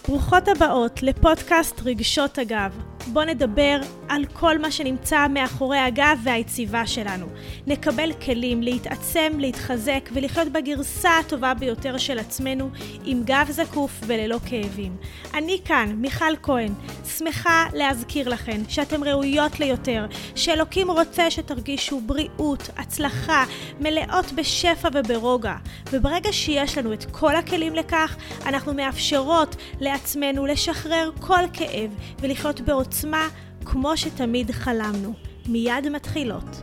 ברוכות הבאות לפודקאסט רגשות הגב. בוא נדבר על כל מה שנמצא מאחורי הגב והיציבה שלנו. נקבל כלים להתעצם, להתחזק ולחיות בגרסה הטובה ביותר של עצמנו עם גב זקוף וללא כאבים. אני כאן, מיכל כהן, שמחה להזכיר לכן שאתם ראויות ליותר, שאלוקים רוצה שתרגישו בריאות, הצלחה, מלאות בשפע וברוגע. וברגע שיש לנו את כל הכלים לכך, אנחנו מאפשרות לעצמנו לשחרר כל כאב ולחיות בעוצמה כמו שתמיד חלמנו. מיד מתחילות.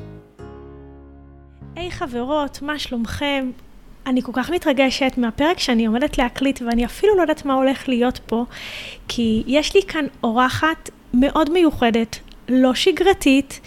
היי חברות, מה שלומכם? אני כל כך מתרגשת מהפרק שאני עומדת להקליט ואני אפילו לא יודעת מה הולך להיות פה, כי יש לי כאן אורחת מאוד מיוחדת, לא שגרתית,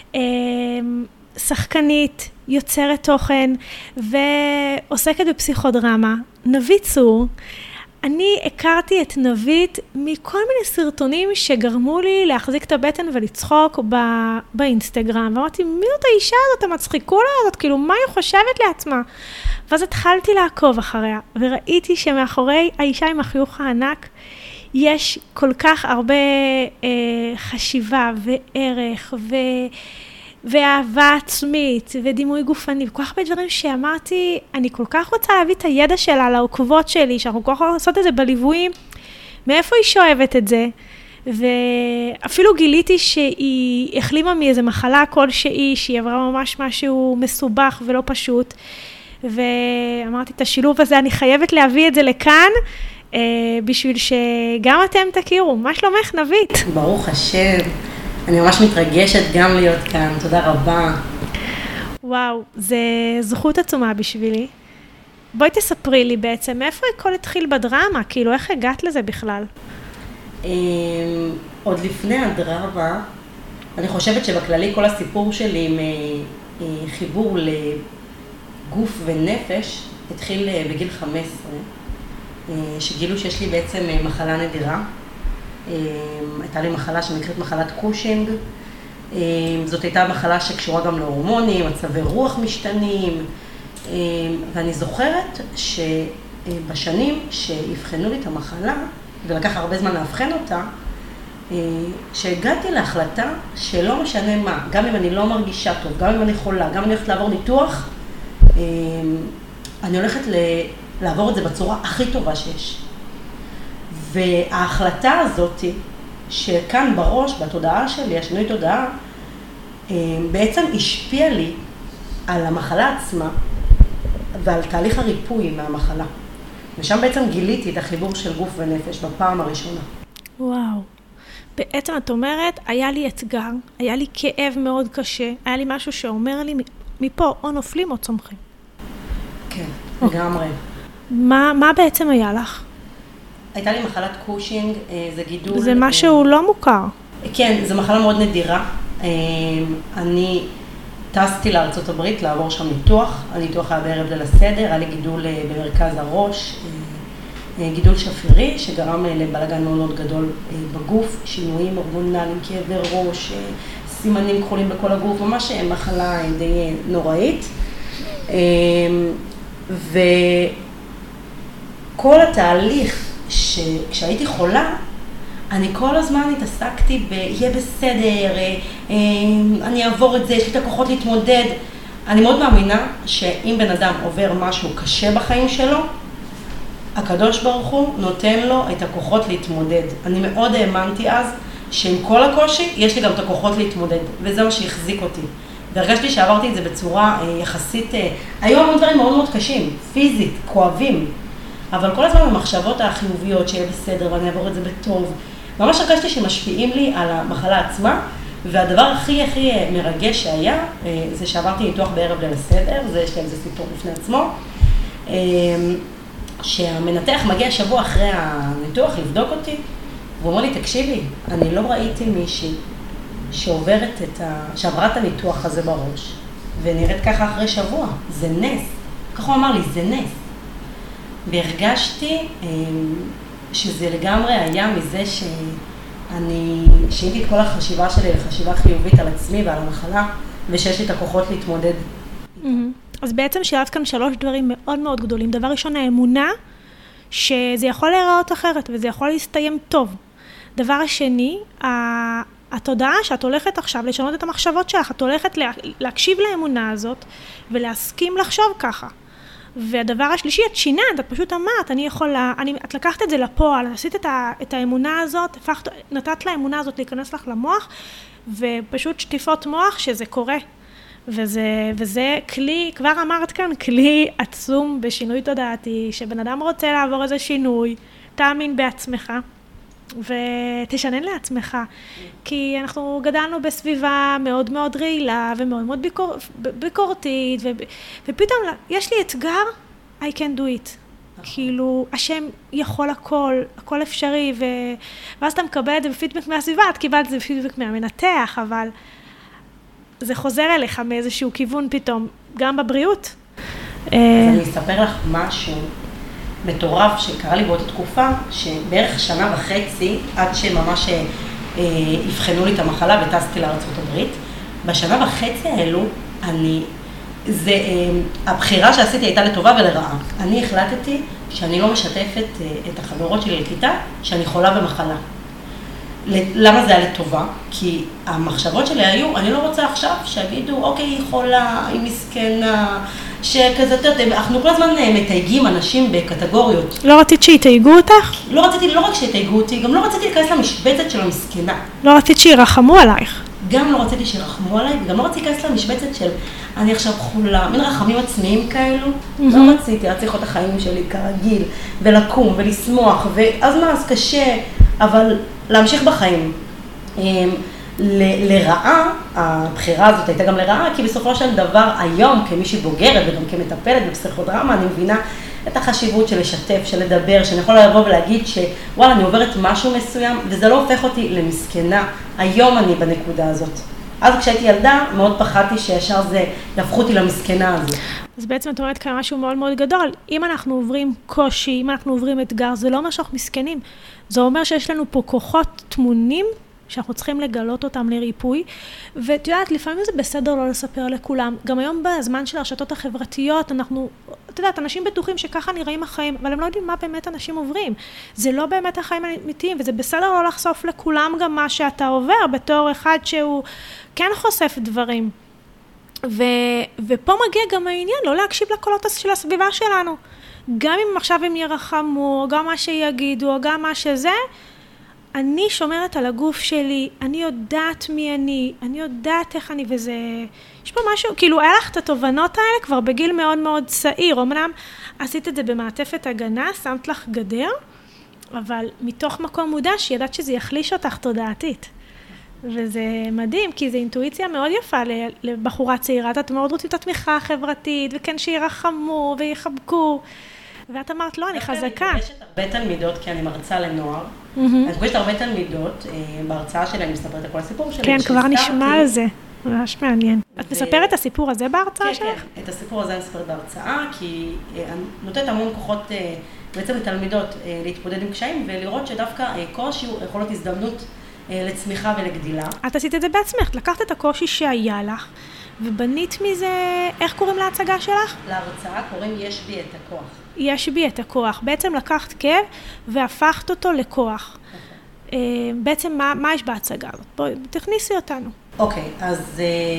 שחקנית, יוצרת תוכן ועוסקת בפסיכודרמה, נבית צור. אני הכרתי את נבית מכל מיני סרטונים שגרמו לי להחזיק את הבטן ולצחוק באינסטגרם. ואמרתי, מי זאת האישה הזאת, המצחיקולה הזאת? כאילו, מה היא חושבת לעצמה? ואז התחלתי לעקוב אחריה, וראיתי שמאחורי האישה עם החיוך הענק, יש כל כך הרבה חשיבה וערך ואהבה עצמית ודימוי גופני, וכל כך הרבה דברים שאמרתי, אני כל כך רוצה להביא את הידע שלה לעוקבות שלי, שאנחנו כל כך לעשות את זה בליוויים, מאיפה היא שואבת את זה, ואפילו גיליתי שהיא החלימה מאיזה מחלה כלשהי, שהיא עברה ממש משהו מסובך ולא פשוט, ואמרתי את השילוב הזה, אני חייבת להביא את זה לכאן, בשביל שגם אתם תכירו. מה שלומך נבית? ברוך השם. אני ממש מתרגשת גם להיות כאן, תודה רבה. וואו, זה זכות עצומה בשבילי. בואי תספרי לי בעצם, מאיפה הכל התחיל בדרמה? כאילו, איך הגעת לזה בכלל? עוד לפני הדרמה, אני חושבת שבכללי כל הסיפור שלי עם חיבור לגוף ונפש, התחיל בגיל 15, שגילו שיש לי בעצם מחלה נדירה. הייתה לי מחלה שנקראת מחלת קושינג. זאת הייתה מחלה שקשורה גם להורמונים, מצבי רוח משתנים, ואני זוכרת שבשנים שהבחנו לי את המחלה, ולקח הרבה זמן להבחן אותה, שהגעתי להחלטה שלא משנה מה, גם אם אני לא מרגישה טוב, גם אם אני חולה, גם אם אני הולכת לעבור ניתוח, אני הולכת לעבור את זה בצורה הכי טובה שיש. וההחלטה הזאת, שכאן בראש, בתודעה שלי, השינוי תודעה, בעצם השפיע לי על המחלה עצמה ועל תהליך הריפוי מהמחלה. ושם בעצם גיליתי את החיבור של גוף ונפש בפעם הראשונה. וואו. בעצם את אומרת, היה לי אתגר, היה לי כאב מאוד קשה, היה לי משהו שאומר לי, מפה או נופלים או צומחים. כן, לגמרי. מה בעצם היה לך? הייתה לי מחלת קושינג, זה גידול... זה משהו לא מוכר. כן, זו מחלה מאוד נדירה. אני טסתי לארצות הברית לעבור שם ניתוח. הניתוח היה בערב ליל הסדר, היה לי גידול במרכז הראש, גידול שפירי, שגרם לבלגן מאוד מאוד גדול בגוף, שינויים הורמונליים, כאבי ראש, סימנים כחולים בכל הגוף, ממש מחלה די נוראית. וכל התהליך כשהייתי חולה, אני כל הזמן התעסקתי יהיה בסדר, אני אעבור את זה, יש לי את הכוחות להתמודד. אני מאוד מאמינה שאם בן אדם עובר משהו קשה בחיים שלו, הקדוש ברוך הוא נותן לו את הכוחות להתמודד. אני מאוד האמנתי אז שעם כל הקושי יש לי גם את הכוחות להתמודד, וזה מה שהחזיק אותי. והרגשתי שעברתי את זה בצורה יחסית, היו המון דברים מאוד מאוד קשים, פיזית, כואבים. אבל כל הזמן המחשבות החיוביות שיהיה בסדר ואני אעבור את זה בטוב, ממש הרגשתי שמשפיעים לי על המחלה עצמה, והדבר הכי מרגש שהיה, זה שעברתי ניתוח בערב ליל הסדר, יש לי על זה סיפור בפני עצמו, שהמנתח מגיע שבוע אחרי הניתוח לבדוק אותי, והוא אומר לי, תקשיבי, אני לא ראיתי מישהי שעברה את הניתוח הזה בראש, ונראית ככה אחרי שבוע, זה נס. ככה הוא אמר לי, זה נס. והרגשתי שזה לגמרי היה מזה שהייתי את כל החשיבה שלי לחשיבה חיובית על עצמי ועל המחלה, ושיש לי את הכוחות להתמודד. אז בעצם שאלת כאן 3 דברים מאוד מאוד גדולים. דבר ראשון, האמונה שזה יכול להיראות אחרת, וזה יכול להסתיים טוב. דבר השני, התודעה שאת הולכת עכשיו לשנות את המחשבות שלך, את הולכת להקשיב לאמונה הזאת, ולהסכים לחשוב ככה. והדבר השלישי, את שיננת, את פשוט אמרת, את לקחת את זה לפועל, עשית את האמונה הזאת, נתת לאמונה הזאת להיכנס לך למוח, ופשוט שטיפות מוח שזה קורה. וזה כלי, כבר אמרת כאן, כלי עצום בשינוי תודעתי, שבן אדם רוצה לעבור איזה שינוי, תאמין בעצמך, ותשנן לעצמך. כי אנחנו גדלנו בסביבה מאוד מאוד רעילה, ומאוד מאוד ביקורתית, ופתאום יש לי אתגר, I can do it. כאילו, השם יכול הכל אפשרי, ואז אתה מקבל את זה בפידבק מהסביבה, את קיבלת את זה בפידבק מהמנתח, אבל זה חוזר אליך מאיזשהו כיוון פתאום, גם בבריאות. אז אני אספר לך משהו מטורף שקרה לי באותה תקופה, שבערך שנה וחצי, עד שממש הבחנו לי את המחלה וטסתי לארצות הברית, בשנה וחצי האלו, הבחירה שעשיתי הייתה לטובה ולרעה. אני החלטתי שאני לא משתפת את החברות שלי לכיתה, שאני חולה במחלה. למה זה היה לטובה? כי המחשבות שלי היו, אני לא רוצה עכשיו שיגידו, אוקיי, היא חולה, היא מסכנה, שכזה, אנחנו כל הזמן מתייגים אנשים בקטגוריות. לא רצית שיתייגו אותך? לא רציתי, לא רק שיתייגו אותי, גם לא רציתי להיכנס למשבצת של המסכנה. לא רצית שירחמו עלייך? גם לא רציתי שירחמו עליי, וגם לא רציתי להיכנס למשבצת של אני עכשיו חולה, מין רחמים עצמיים כאלו. לא רציתי, רציתי לחיות את החיים שלי כרגיל, ולקום ולשמוח, ואז מה, אז קשה, אבל להמשיך בחיים. לרעה, הבחירה הזאת הייתה גם לרעה, כי בסופו של דבר היום כמישהי בוגרת וגם כמטפלת בפסיכודרמה, אני מבינה את החשיבות של לשתף, של לדבר, שאני יכולה לבוא ולהגיד שוואלה, אני עוברת משהו מסוים, וזה לא הופך אותי למסכנה. היום אני בנקודה הזאת. אז כשהייתי ילדה, מאוד פחדתי שישר זה יהפכו אותי למסכנה הזאת. אז בעצם את אומרת כאן משהו מאוד מאוד גדול. אם אנחנו עוברים קושי, אם אנחנו עוברים אתגר, זה לא אומר שאנחנו מסכנים. זה אומר שיש לנו פה כוחות תמונים, שאנחנו צריכים לגלות אותם לריפוי, ואת יודעת, לפעמים זה בסדר לא לספר לכולם. גם היום בזמן של הרשתות החברתיות, את יודעת, אנשים בטוחים שככה נראים החיים, אבל הם לא יודעים מה באמת אנשים עוברים. זה לא באמת החיים האמיתיים, וזה בסדר לא לחשוף לכולם גם מה שאתה עובר, בתור אחד שהוא כן חושף דברים. ופה מגיע גם העניין, לא להקשיב לקולות של הסביבה שלנו. גם אם עכשיו הם ירחמו, או גם מה שיגידו, או גם מה שזה, אני שומרת על הגוף שלי, אני יודעת מי אני יודעת איך אני, וזה, יש פה משהו, כאילו היה לך את התובנות האלה כבר בגיל מאוד מאוד צעיר, אמנם עשית את זה במעטפת הגנה, שמת לך גדר, אבל מתוך מקום מודע שידעת שזה יחליש אותך תודעתית. וזה מדהים, כי זו אינטואיציה מאוד יפה לבחורה צעירה, את מאוד רוצים את התמיכה החברתית, וכן שירחמו ויחבקו, ואת אמרת, לא, אני חזקה. אני פוגשת הרבה תלמידות, כי אני מרצה לנוער. אני פוגשת הרבה תלמידות, בהרצאה שלי אני מספרת את כל הסיפור שלי. כן, כבר נשמע על זה. ממש מעניין. את מספרת את הסיפור הזה בהרצאה שלך? כן, את הסיפור הזה אני מספרת בהרצאה, כי אני נותנת המון כוחות בעצם לתלמידות להתמודד עם קשיים, ולראות שדווקא קושי יכול להיות הזדמנות לצמיחה ולגדילה. את עשית את זה בעצמך, לקחת את הקושי שהיה לך, ובנית מזה, איך קוראים להצגה שלך? להרצאה קוראים יש בי את הכוח. יש בי את הכוח. בעצם לקחת כאב והפכת אותו לכוח. בעצם מה יש בהצגה הזאת? בואי, תכניסי אותנו. אוקיי, אז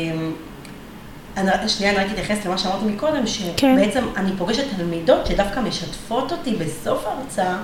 שנייה אני רק אתייחס למה שאמרתי מקודם, שבעצם אני פוגשת תלמידות שדווקא משתפות אותי בסוף ההרצאה,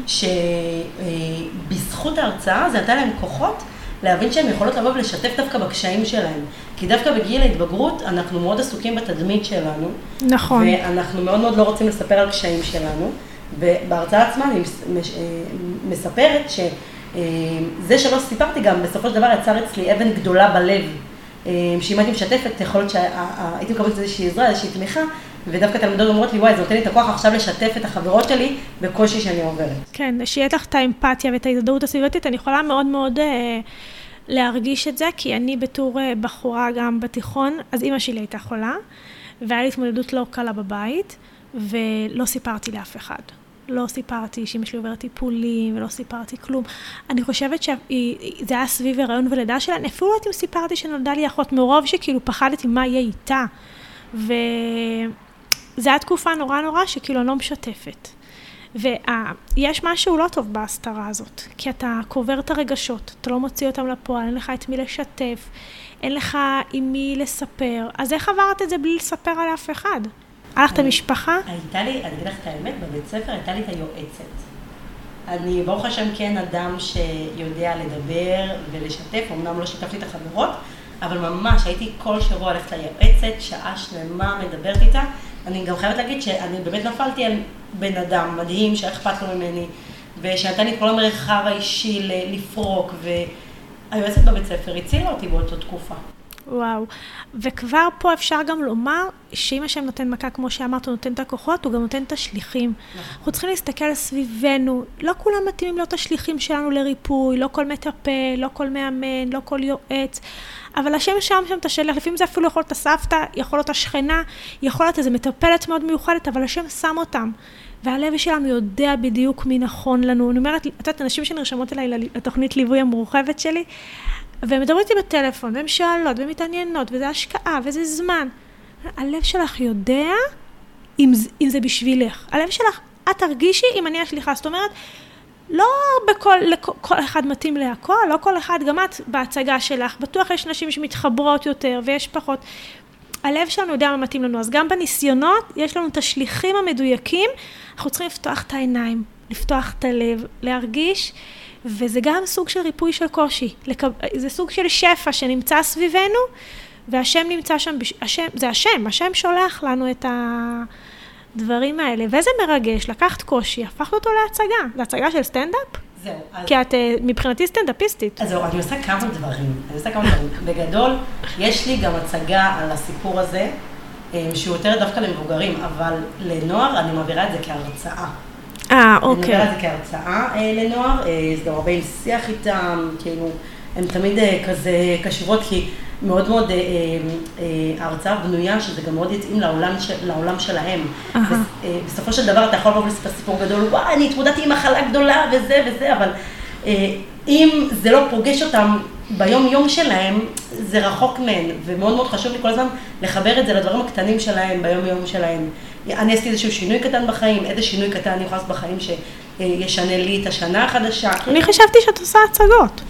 שבזכות ההרצאה זה נתן להם כוחות להבין שהן יכולות לבוא ולשתף דווקא בקשיים שלהם. כי דווקא בגיל ההתבגרות אנחנו מאוד עסוקים בתדמית שלנו. נכון. ואנחנו מאוד מאוד לא רוצים לספר על קשיים שלנו. ובהרצאה עצמה אני מספרת שזה שלא סיפרתי גם בסופו של דבר יצר אצלי אבן גדולה בלב. שאם הייתי משתפת, יכול להיות שהייתי מקבלת איזושהי עזרה, איזושהי תמיכה, ודווקא תלמידות אומרות לי, וואי, זה נותן לי את הכוח עכשיו לשתף את החברות שלי בקושי שאני עוברת. כן, שיהיה לך את האמפתיה ואת ההזדהות הסביבתית, אני יכולה מאוד מאוד להרגיש את זה, כי אני בתור בחורה גם בתיכון, אז אמא שלי הייתה חולה, והיה לי התמודדות לא קלה בבית, ולא סיפרתי לאף אחד. לא סיפרתי שאמא שלי עוברת טיפולים, ולא סיפרתי כלום. אני חושבת שזה היה סביב הריון ולידה שלה, אפילו לא הייתי סיפרתי שנולדה לי אחות, מרוב שכאילו פחדתי מה יהיה איתה. וזו הייתה תקופה נורא נורא שכאילו אני לא משתפת. ויש משהו לא טוב בהסתרה הזאת, כי אתה קובר את הרגשות, אתה לא מוציא אותם לפועל, אין לך את מי לשתף, אין לך עם מי לספר, אז איך עברת את זה בלי לספר על אף אחד? הלכת משפחה? הייתה לי, אני אגיד לך את האמת, בבית ספר הייתה לי את היועצת. אני ברוך השם כן אדם שיודע לדבר ולשתף, אמנם לא שיתפתי את החברות, אבל ממש הייתי כל שבוע הולכת ליועצת, שעה שלמה מדברת איתה. אני גם חייבת להגיד שאני באמת נפלתי על בן אדם מדהים שאכפת לו ממני, ושנתן לי את כל המרחב האישי לפרוק, והיועצת בבית ספר הצילה אותי באותה תקופה. וואו, וכבר פה אפשר גם לומר שאם השם נותן מכה, כמו שאמרת, הוא נותן את הכוחות, הוא גם נותן את השליחים. אנחנו צריכים להסתכל סביבנו, לא כולם מתאימים להיות השליחים שלנו לריפוי, לא כל מטפל, לא כל מאמן, לא כל יועץ, אבל השם שם את השליח, לפעמים זה אפילו יכול להיות הסבתא, יכול להיות השכנה, יכול להיות איזו מטפלת מאוד מיוחדת, אבל השם שם אותם. והלב שלנו יודע בדיוק מי נכון לנו. אני אומרת, את יודעת, אנשים שנרשמות אליי לתוכנית ליווי המורחבת שלי, והם מדברים איתי בטלפון, והם שואלות, והם מתעניינות, וזה השקעה, וזה זמן. הלב שלך יודע אם זה בשבילך. הלב שלך, את תרגישי אם אני השליחה. זאת אומרת, לא כל אחד מתאים להכל, לא כל אחד, גם את בהצגה שלך. בטוח יש נשים שמתחברות יותר, ויש פחות. הלב שלנו יודע מה מתאים לנו. אז גם בניסיונות, יש לנו את השליחים המדויקים. אנחנו צריכים לפתוח את העיניים, לפתוח את הלב, להרגיש, וזה גם סוג של ריפוי של קושי. זה סוג של שפע שנמצא סביבנו, והשם נמצא שם, זה השם שולח לנו את הדברים האלה. וזה מרגש, לקחת קושי, הפכת אותו להצגה של סטנדאפ? זהו. כי את מבחינתי סטנדאפיסטית. אז זהו, אני עושה כמה דברים. בגדול, יש לי גם הצגה על הסיפור הזה, שהוא יותר דווקא למבוגרים, אבל לנוער אני מעבירה את זה כהרצאה. אוקיי. אני מעבירה את זה כהרצאה לנוער, זה גם הרבה עם שיח איתם, כאילו, הם תמיד כזה קשובות, כי מאוד מאוד ההרצאה בנויה, שזה גם מאוד יתאים לעולם שלהם. בסופו של דבר אתה יכול לבוא לספר סיפור גדול, וואי, אני התמודדתי עם מחלה גדולה וזה, אבל אם זה לא פוגש אותם ביום שלהם, זה רחוק מהן, ומאוד מאוד חשוב לי כל הזמן לחבר את זה לדברים הקטנים שלהם, ביום שלהם. אני עשיתי איזשהו שינוי קטן בחיים, איזה שינוי קטן אני יכולה לעשות בחיים שישנה לי את השנה החדשה. אני חשבתי שאת עושה הצגות.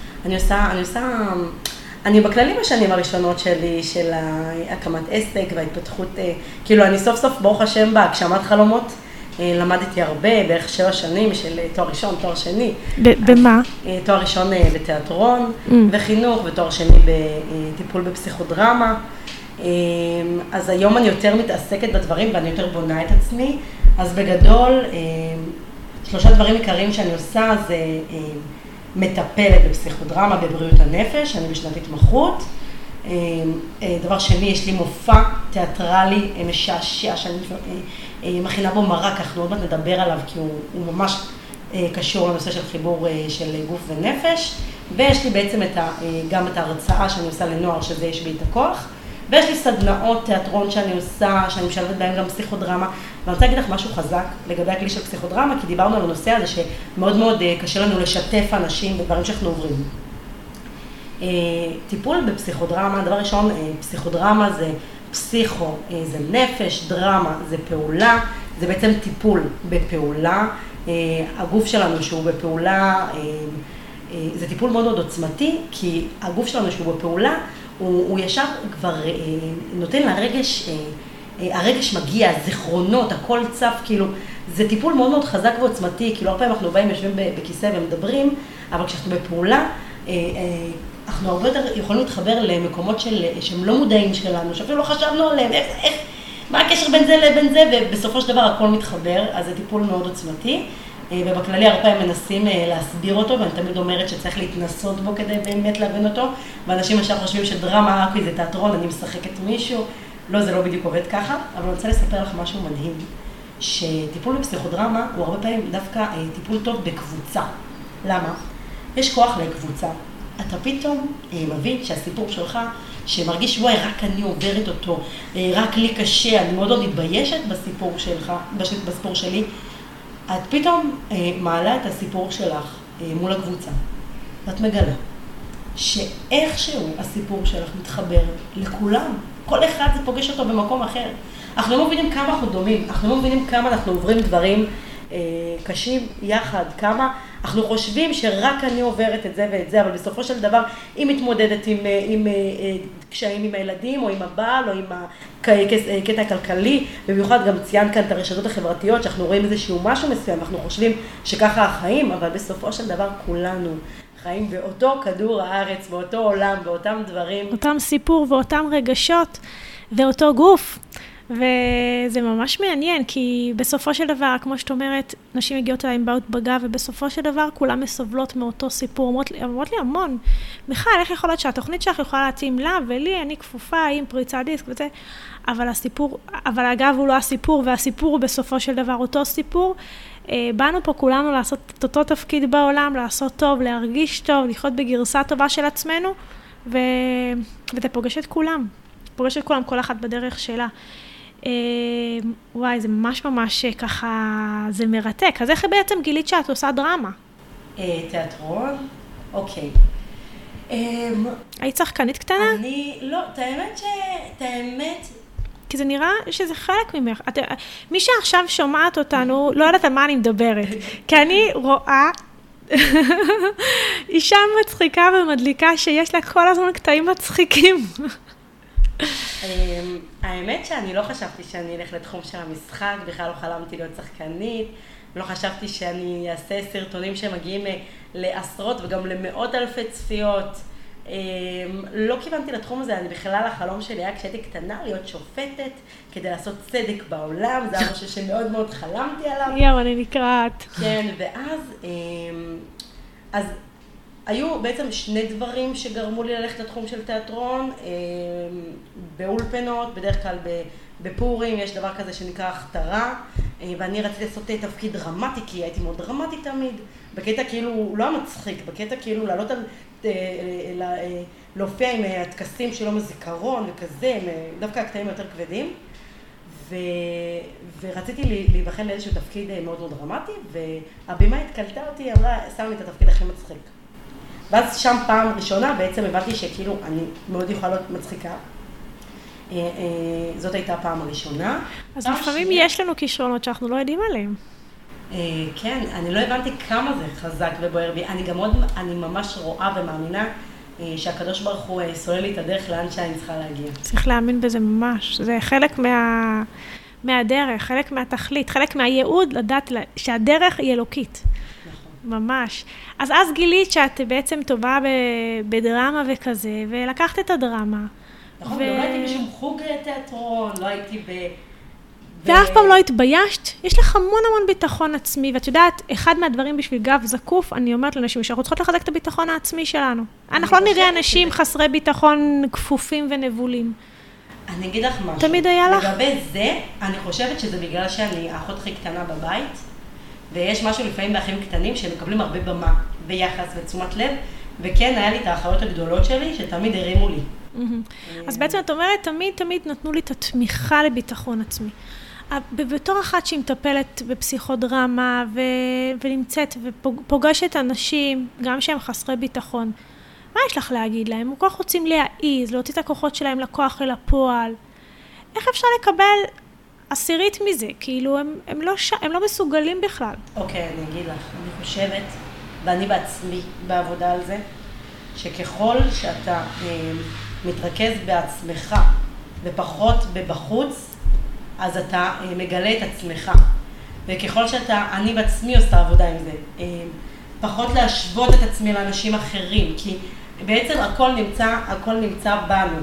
אני בכללים השנים הראשונות שלי, של הקמת עסק וההתפתחות, כאילו אני סוף סוף ברוך השם בהגשמת חלומות, למדתי הרבה, בערך 7 שנים של תואר ראשון, תואר שני. במה? תואר ראשון בתיאטרון וחינוך, ותואר שני בטיפול בפסיכודרמה. אז היום אני יותר מתעסקת בדברים ואני יותר בונה את עצמי. אז בגדול, 3 דברים עיקריים שאני עושה זה מטפלת בפסיכודרמה בבריאות הנפש, אני בשנת התמחות. דבר שני, יש לי מופע תיאטרלי משעשע שאני מכינה בו מרק, אנחנו עוד מעט נדבר עליו כי הוא ממש קשור לנושא של חיבור של גוף ונפש. ויש לי בעצם גם את ההרצאה שאני עושה לנוער, שזה יש בי את הכוח. ויש לי סדנאות תיאטרון שאני עושה, שאני משלבת בהם גם פסיכודרמה. ואני רוצה להגיד לך משהו חזק לגבי הכלי של פסיכודרמה, כי דיברנו על הנושא הזה שמאוד מאוד קשה לנו לשתף אנשים בדברים שאנחנו עוברים. טיפול בפסיכודרמה, דבר ראשון, פסיכודרמה זה פסיכו, זה נפש, דרמה זה פעולה, זה בעצם טיפול בפעולה. הגוף שלנו שהוא בפעולה, זה טיפול מאוד מאוד עוצמתי, כי הגוף שלנו שהוא בפעולה, הוא ישר כבר נותן לרגש, הרגש מגיע, זיכרונות, הכל צף, כאילו, זה טיפול מאוד מאוד חזק ועוצמתי, כאילו הרבה פעמים אנחנו באים, יושבים בכיסא ומדברים, אבל כשאנחנו בפעולה, אנחנו הרבה יותר יכולים להתחבר למקומות שהם לא מודעים שלנו, שאפילו לא חשבנו עליהם, מה הקשר בין זה לבין זה, ובסופו של דבר הכל מתחבר, אז זה טיפול מאוד עוצמתי, ובכללי הרבה פעמים מנסים להסביר אותו, ואני תמיד אומרת שצריך להתנסות בו כדי באמת להבין אותו, ואנשים עכשיו חושבים שדרמה, אוקיי, זה תיאטרון, אני משחקת מישהו, לא, זה לא בדיוק עובד ככה, אבל אני רוצה לספר לך משהו מדהים, שטיפול בפסיכודרמה הוא הרבה פעמים דווקא טיפול טוב בקבוצה. למה? יש כוח לקבוצה. אתה פתאום מבין שהסיפור שלך, שמרגיש וואי, רק אני עוברת אותו, רק לי קשה, אני מאוד מתביישת בסיפור שלך, בסיפור שלי, את פתאום מעלה את הסיפור שלך מול הקבוצה, ואת מגלה שאיכשהו הסיפור שלך מתחבר לכולם, כל אחד זה פוגש אותו במקום אחר. אנחנו לא מבינים כמה אנחנו דומים, אנחנו לא מבינים כמה אנחנו עוברים דברים קשים יחד, כמה אנחנו חושבים שרק אני עוברת את זה ואת זה, אבל בסופו של דבר היא מתמודדת עם קשיים עם הילדים או עם הבעל או עם הקטע הכלכלי, במיוחד גם ציינת כאן את הרשתות החברתיות, שאנחנו רואים איזשהו משהו מסוים, אנחנו חושבים שככה החיים, אבל בסופו של דבר כולנו חיים באותו כדור הארץ, באותו עולם, באותם דברים. אותם סיפור ואותם רגשות ואותו גוף. וזה ממש מעניין, כי בסופו של דבר, כמו שאת אומרת, נשים מגיעות אליי עם בעיות בגב, ובסופו של דבר כולם מסובלות מאותו סיפור. אומרות לי המון, מיכל, איך יכול להיות שהתוכנית שלך יכולה להתאים לה, ולי, אני כפופה עם פריצת דיסק וזה, אבל הגב הוא לא הסיפור, והסיפור הוא בסופו של דבר אותו סיפור. באנו פה כולנו לעשות את אותו תפקיד בעולם, לעשות טוב, להרגיש טוב, לחיות בגרסה טובה של עצמנו, ואתה פוגש את כולם. פוגש את כולם, כל אחת בדרך שלה. וואי, זה ממש ככה, זה מרתק. אז איך בעצם גילית שאת עושה דרמה? תיאטרון? אוקיי. היית שחקנית קטנה? לא, את האמת... כי זה נראה שזה חלק ממך. מי שעכשיו שומעת אותנו, לא יודעת על מה אני מדברת. כי אני רואה אישה מצחיקה ומדליקה שיש לה כל הזמן קטעים מצחיקים. האמת שאני לא חשבתי שאני אלך לתחום של המשחק, בכלל לא חלמתי להיות שחקנית, לא חשבתי שאני אעשה סרטונים שמגיעים לעשרות וגם למאות אלפי צפיות. לא כיוונתי לתחום הזה, אני בכלל החלום שלי היה כשהייתי קטנה להיות שופטת כדי לעשות צדק בעולם, זה היה משהו שמאוד מאוד חלמתי עליו. אני נקראת. כן, אז היו בעצם שני דברים שגרמו לי ללכת לתחום של תיאטרון, באולפנות, בדרך כלל בפורים יש דבר כזה שנקרא הכתרה, ואני רציתי לעשות תפקיד דרמטי, כי הייתי מאוד דרמטי תמיד, בקטע כאילו, לא המצחיק, בקטע כאילו לעלות על, להופיע עם הטקסים שלו מזיכרון וכזה, דווקא הקטעים יותר כבדים, ורציתי להיבחן לאיזשהו תפקיד מאוד מאוד דרמטי, והבימה התקלטה אותי, אמרה, שם לי את התפקיד הכי מצחיק. ואז שם פעם ראשונה בעצם הבנתי שכאילו אני מאוד יכולה להיות מצחיקה. זאת הייתה הפעם הראשונה. אז לפעמים יש לנו כישרונות שאנחנו לא יודעים עליהם. כן, אני לא הבנתי כמה זה חזק ובוער בי. אני ממש רואה ומאמינה שהקדוש ברוך הוא סולל לי את הדרך לאן שאני צריכה להגיע. צריך להאמין בזה ממש. זה חלק מהדרך, חלק מהתכלית, חלק מהייעוד לדעת שהדרך היא אלוקית. ממש. אז גילית שאת בעצם טובה בדרמה וכזה, ולקחת את הדרמה. נכון, לא הייתי בשום חוג תיאטרון, לא הייתי ואף פעם לא התביישת, יש לך המון ביטחון עצמי, ואת יודעת, אחד מהדברים בשביל גב זקוף, אני אומרת לאנשים שאנחנו צריכות לחזק את הביטחון העצמי שלנו. אנחנו לא נראה אנשים חסרי ביטחון כפופים ונבולים. אני אגיד לך משהו. תמיד היה לך? לגבי זה, אני חושבת שזה בגלל שאני האחות הכי קטנה בבית, ויש משהו לפעמים באחים קטנים שמקבלים הרבה במה ויחס ותשומת לב, וכן היה לי את האחיות הגדולות שלי שתמיד הרימו לי. אז בעצם את אומרת, תמיד נתנו לי את התמיכה לביטחון עצמי. בתור אחת שהיא מטפלת בפסיכודרמה ונמצאת ופוגשת אנשים, גם שהם חסרי ביטחון, מה יש לך להגיד להם? הם כל כך רוצים להעיז, להוציא את הכוחות שלהם לכוח אל הפועל. איך אפשר לקבל עשירית מזה? כאילו, הם לא מסוגלים בכלל. אוקיי, אני אגיד לך, אני חושבת, ואני בעצמי בעבודה על זה, שככל שאתה מתרכז בעצמך ופחות בבחוץ, אז אתה מגלה את עצמך. וככל אני בעצמי עושה עבודה עם זה, פחות להשוות את עצמי לאנשים אחרים, כי בעצם הכל נמצא בנו.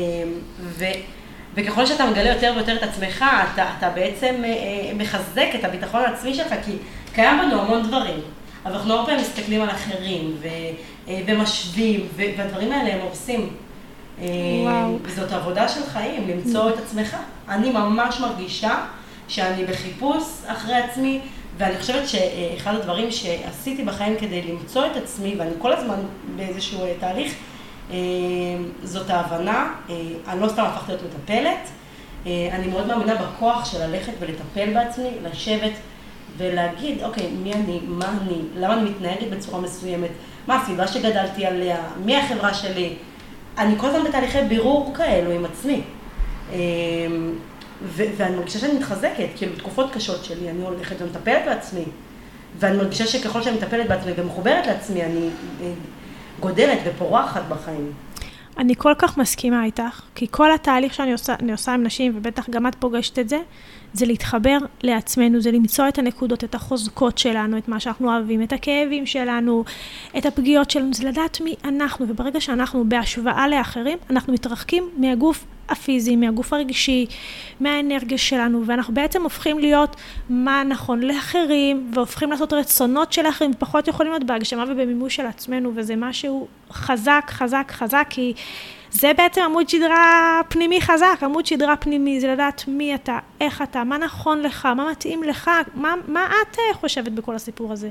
וככל שאתה מגלה יותר ויותר את עצמך, אתה בעצם מחזק את הביטחון העצמי שלך, כי קיים בנו המון דברים. אבל אנחנו הרבה פעמים מסתכלים על אחרים ומשווים, והדברים האלה הם הורסים. וזאת עבודה של חיים, למצוא את עצמך. אני ממש מרגישה שאני בחיפוש אחרי עצמי, ואני חושבת שאחד הדברים שעשיתי בחיים כדי למצוא את עצמי, ואני כל הזמן באיזשהו תהליך, זאת ההבנה. אני לא סתם הפכתי להיות מטפלת, אני מאוד מאמינה בכוח של ללכת ולטפל בעצמי, לשבת ולהגיד, אוקיי, מי אני, מה אני, למה אני מתנהגת בצורה מסוימת, מה הסביבה שגדלתי עליה, מי החברה שלי. אני כל הזמן בתהליכי בירור כאלו עם עצמי. ואני מרגישה שאני מתחזקת, כאילו בתקופות קשות שלי, אני הולכת ומטפלת בעצמי, ואני מרגישה שככל שאני מטפלת בעצמי ומחוברת לעצמי, אני גודלת ופורחת בחיים. אני כל כך מסכימה איתך, כי כל התהליך שאני עושה עם נשים, ובטח גם את פוגשת את זה, זה להתחבר לעצמנו, זה למצוא את הנקודות, את החוזקות שלנו, את מה שאנחנו אוהבים, את הכאבים שלנו, את הפגיעות שלנו, זה לדעת מי אנחנו, וברגע שאנחנו בהשוואה לאחרים, אנחנו מתרחקים מהגוף הפיזי, מהגוף הרגשי, מהאנרגיה שלנו, ואנחנו בעצם הופכים להיות מה נכון לאחרים, והופכים לעשות רצונות של אחרים, ופחות יכולים להיות בהגשמה ובמימוש של עצמנו, וזה משהו חזק, חזק, חזק, כי זה בעצם עמוד שדרה פנימי חזק, עמוד שדרה פנימי, זה לדעת מי אתה, איך אתה, מה נכון לך, מה מתאים לך, מה את חושבת בכל הסיפור הזה.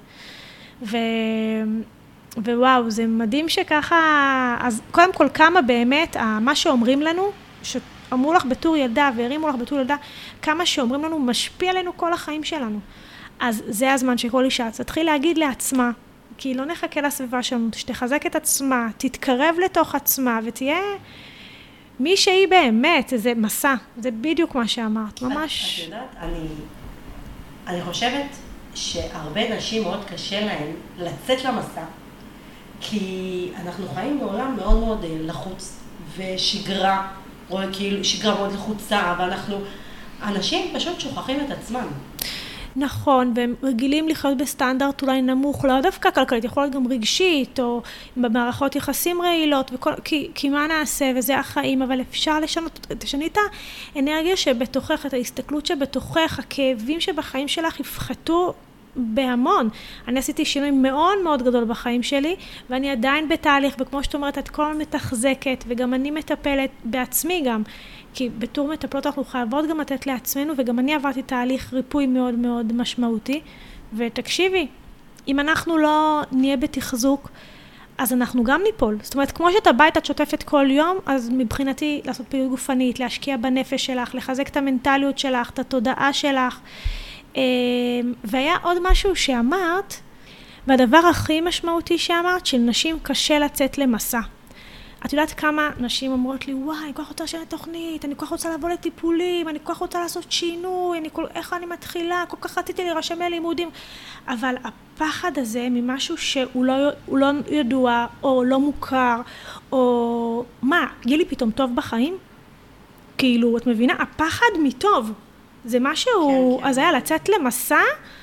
ווואו, זה מדהים שככה, אז קודם כל כמה באמת, מה שאומרים לנו, שאמרו לך בתור ילדה והרימו לך בתור ילדה, כמה שאומרים לנו משפיע עלינו כל החיים שלנו. אז זה הזמן שכל אישה תתחיל להגיד לעצמה, כי לא נחכה לסביבה שלנו, שתחזק את עצמה, תתקרב לתוך עצמה, ותהיה מי שהיא באמת, זה מסע, זה בדיוק מה שאמרת, ממש. את יודעת, אני חושבת שהרבה נשים מאוד קשה להן לצאת למסע, כי אנחנו חיים בעולם מאוד מאוד לחוץ, ושגרה, או כאילו שגרה מאוד לחוצה, ואנחנו, אנשים פשוט שוכחים את עצמם. נכון, והם רגילים לחיות בסטנדרט אולי נמוך, לא דווקא כלכלית, יכול להיות גם רגשית, או במערכות יחסים רעילות, כי מה נעשה, וזה החיים, אבל אפשר לשנות, תשני את האנרגיה שבתוכך, את ההסתכלות שבתוכך, הכאבים שבחיים שלך יפחתו בהמון. אני עשיתי שינוי מאוד מאוד גדול בחיים שלי, ואני עדיין בתהליך, וכמו שאת אומרת, את כל מתחזקת, וגם אני מטפלת בעצמי גם, כי בתור מטפלות אנחנו חייבות גם לתת לעצמנו, וגם אני עברתי תהליך ריפוי מאוד מאוד משמעותי, ותקשיבי, אם אנחנו לא נהיה בתחזוק, אז אנחנו גם ניפול. זאת אומרת, כמו שאת הבית את שוטפת כל יום, אז מבחינתי לעשות פעילות גופנית, להשקיע בנפש שלך, לחזק את המנטליות שלך, את התודעה שלך, והיה עוד משהו שאמרת, והדבר הכי משמעותי שאמרת, שלנשים קשה לצאת למסע. את יודעת כמה נשים אומרות לי, וואי, אני כל כך רוצה לשנות תוכנית, אני כל כך רוצה לבוא לטיפולים, אני כל כך רוצה לעשות שינוי, איך אני מתחילה, כל כך רציתי להירשם ללימודים. אבל הפחד הזה ממשהו שהוא לא ידוע, או לא מוכר, או מה, יהיה לי פתאום טוב בחיים? כאילו, את מבינה, הפחד מטוב. זה משהו, כן. אז היה לצאת למסע,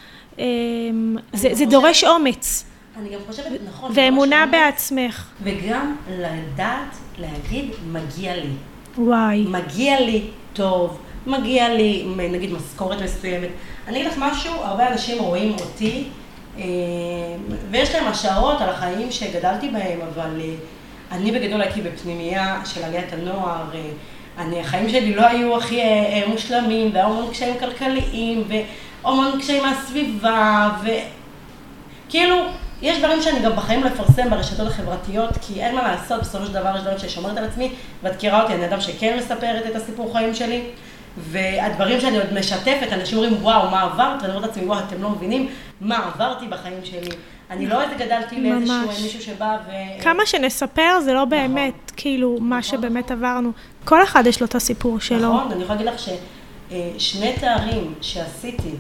זה דורש אומץ. אני גם חושבת, נכון. ואמונה בעצמך. וגם לדעת, להגיד, מגיע לי. וואי. מגיע לי טוב, מגיע לי, נגיד, משכורת מסוימת. אני אגיד לך משהו, הרבה אנשים רואים אותי, ויש להם השערות על החיים שגדלתי בהם, אבל אני בגדול הייתי בפנימייה של עליית הנוער, החיים שלי לא היו הכי מושלמים, והמון קשיים כלכליים, והמון קשיים מהסביבה, וכאילו, יש דברים שאני גם בחיים לפרסם ברשתות החברתיות, כי אין מה לעשות, בסופו של דבר יש דברים ששומרת על עצמי, ואת מכירה אותי, אני אדם שכן מספרת את הסיפור חיים שלי, והדברים שאני עוד משתפת, אנשים אומרים, וואו, מה עברת? ואני אומרת לעצמי, וואו, אתם לא מבינים מה עברתי בחיים שלי. אני לא איזה גדלתי לאיזשהו מישהו שבא כמה שנספר זה לא באמת, כאילו, מה שבאמת עברנו. כל אחד יש לו את הסיפור שלו. נכון, אני יכולה להגיד לך ששני תארים שעשיתי,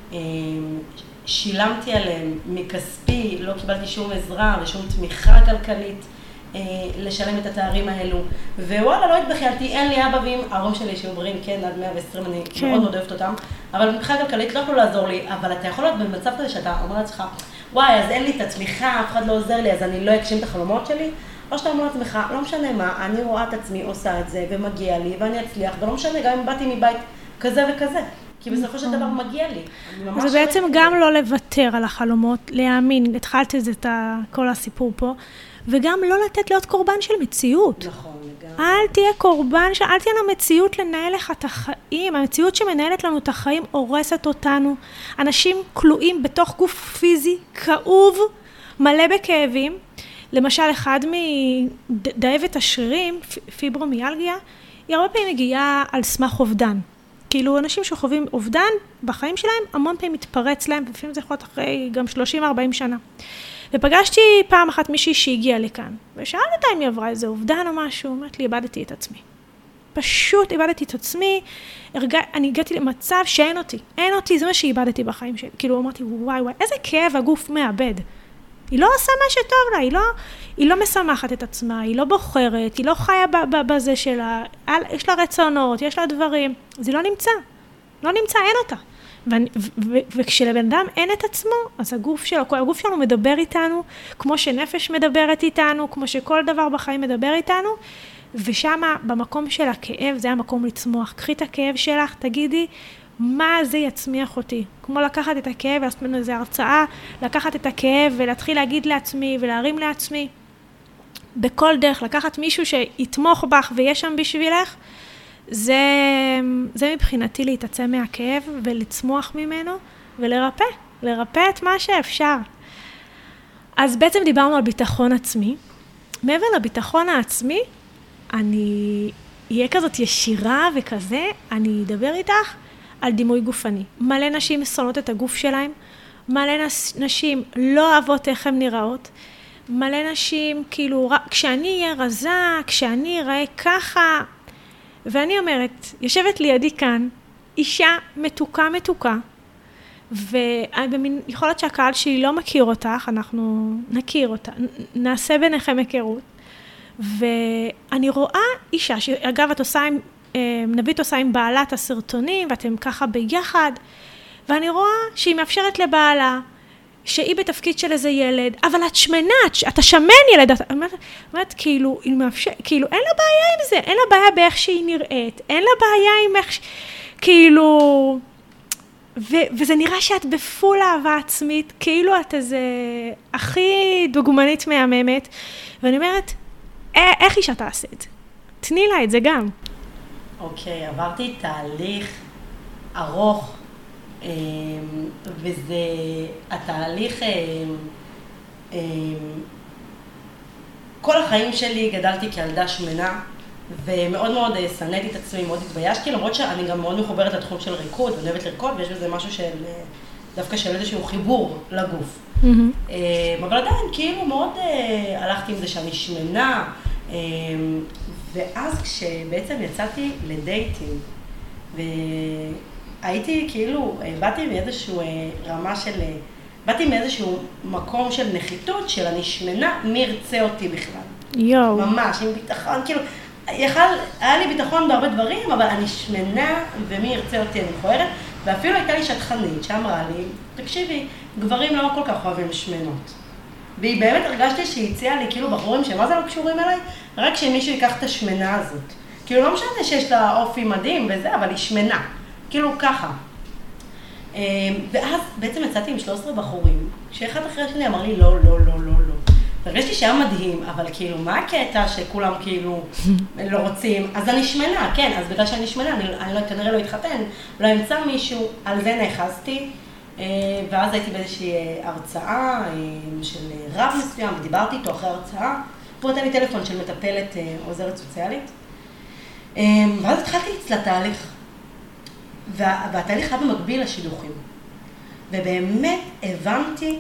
שילמתי עליהם מכספי, לא קיבלתי שום עזרה ושום תמיכה כלכלית לשלם את התארים האלו. ווואלה, לא התבחיינתי, אין לי אבא ואם ההורים שלי שעוברים, כן, עד 120, אני מאוד מאוד אוהבת אותם, אבל מבחינה כלכלית לא יכולו לעזור לי, אבל אתה יכול להיות במצב כזה שאתה אומר לעצמך, וואי, אז אין לי את התמיכה, אף אחד לא עוזר לי, אז אני לא אגשים את החלומות שלי, או שאתה אומר לעצמך, לא משנה מה, אני רואה את עצמי עושה את זה ומגיע לי ואני אצליח, ולא משנה גם אם באתי מבית כזה וכזה. כי בסופו של דבר מגיע לי. זה בעצם גם לא לוותר על החלומות, להאמין, התחלת את כל הסיפור פה, וגם לא לתת להיות קורבן של מציאות. נכון, לגמרי. אל תהיה קורבן, אל תהיה לנו מציאות לנהל לך את החיים. המציאות שמנהלת לנו את החיים הורסת אותנו. אנשים כלואים בתוך גוף פיזי, כאוב, מלא בכאבים. למשל, אחד מדאבת השרירים, פיברומיאלגיה, היא הרבה פעמים מגיעה על סמך אובדן. כאילו, אנשים שחווים אובדן בחיים שלהם, המון פעמים מתפרץ להם, ולפעמים זה יכול להיות אחרי גם 30-40 שנה. ופגשתי פעם אחת מישהי שהגיעה לכאן, ושאלתי אותה אם היא עברה איזה אובדן או משהו, אמרת לי, איבדתי את עצמי. פשוט איבדתי את עצמי, אני הגעתי למצב שאין אותי, אין אותי, זה מה שאיבדתי בחיים שלי. כאילו אמרתי, וואי, איזה כאב הגוף מאבד. היא לא עושה מה שטוב לה, היא לא משמחת את עצמה, היא לא בוחרת, היא לא חיה בזה שלה, יש לה רצונות, יש לה דברים, אז היא לא נמצא, אין אותה. וכשלבן אדם אין את עצמו, אז הגוף שלנו מדבר איתנו, כמו שנפש מדברת איתנו, כמו שכל דבר בחיים מדבר איתנו, ושם במקום של הכאב, זה המקום לצמוח. קחי את הכאב שלך, תגידי, מה זה יצמיח אותי? כמו לקחת את הכאב, לעשות ממנו איזו הרצאה, לקחת את הכאב ולהתחיל להגיד לעצמי ולהרים לעצמי, בכל דרך, לקחת מישהו שיתמוך בך ויש שם בשבילך, זה מבחינתי להתעצם מהכאב ולצמוח ממנו ולרפא את מה שאפשר. אז בעצם דיברנו על ביטחון עצמי. מעבר לביטחון העצמי, אני אהיה כזאת ישירה וכזה, אני אדבר איתך על דימוי גופני. מלא נשים שונאות את הגוף שלהם, מלא נשים לא אוהבות איך הן נראות, מלא נשים כאילו, כשאני אהיה רזה, כשאני אראה ככה, ואני אומרת, יושבת לידי כאן, אישה מתוקה, ויכול להיות שהקהל שלי לא מכיר אותך, אנחנו נכיר אותה, נעשה ביניכם היכרות, ואני רואה אישה, שאגב את עושה נבית עושה עם בעלת הסרטונים, ואתם ככה ביחד, ואני רואה שהיא מאפשרת לבעלה, שהיא בתפקיד של איזה ילד, אבל את שמנת, אתה שמן ילד, את אומרת, כאילו, אין לה בעיה עם זה, אין לה בעיה באיך שהיא נראית, אין לה בעיה עם איך, כאילו, וזה נראה שאת בפול אהבה עצמית, כאילו את איזה הכי דוגמנית מהממת, ואני אומרת, איך אישה תעשה את זה? תני לה את זה גם. אוקיי, עברתי תהליך ארוך, וזה התהליך, כל החיים שלי גדלתי כילדה שמנה, ומאוד מאוד שנאתי את עצמי, מאוד התביישתי, למרות שאני גם מאוד מחוברת לתחום של ריקוד, ואני אוהבת לרקוד, ויש בזה משהו של, דווקא של איזשהו חיבור לגוף. אבל עדיין, כאילו מאוד הלכתי עם זה שאני שמנה, ואז כשבעצם יצאתי לדייטים, והייתי כאילו, באתי מאיזשהו רמה של, באתי מאיזשהו מקום של נחיתות, של אני שמנה, מי ירצה אותי בכלל. יואו. ממש, עם ביטחון, כאילו, היה לי ביטחון בהרבה דברים, אבל אני שמנה, ומי ירצה אותי, אני מכוערת, ואפילו הייתה לי שטחנית שאמרה לי, תקשיבי, גברים לא כל כך אוהבים שמנות. והיא באמת הרגשתי שהיא הציעה לי כאילו בחורים שמה זה לא קשורים אליי, רק שמישהו ייקח את השמנה הזאת. כאילו לא משנה שיש לה אופי מדהים וזה, אבל היא שמנה. כאילו ככה. ואז בעצם יצאתי עם 13 בחורים, שאחד אחרי השני אמר לי לא. הרגשתי שהיה מדהים, אבל כאילו מה הקטע שכולם כאילו לא רוצים? אז אני שמנה, כן, אז בגלל שאני שמנה, אני כנראה לא התחתן, לא אמצא מישהו, על זה נאחזתי. ואז הייתי באיזושהי הרצאה של רב מסוים, ודיברתי איתו אחרי הרצאה, והוא נתן לי טלפון של מטפלת עוזרת סוציאלית, ואז התחלתי אצלה תהליך, והתהליך היה במקביל לשידוכים, ובאמת הבנתי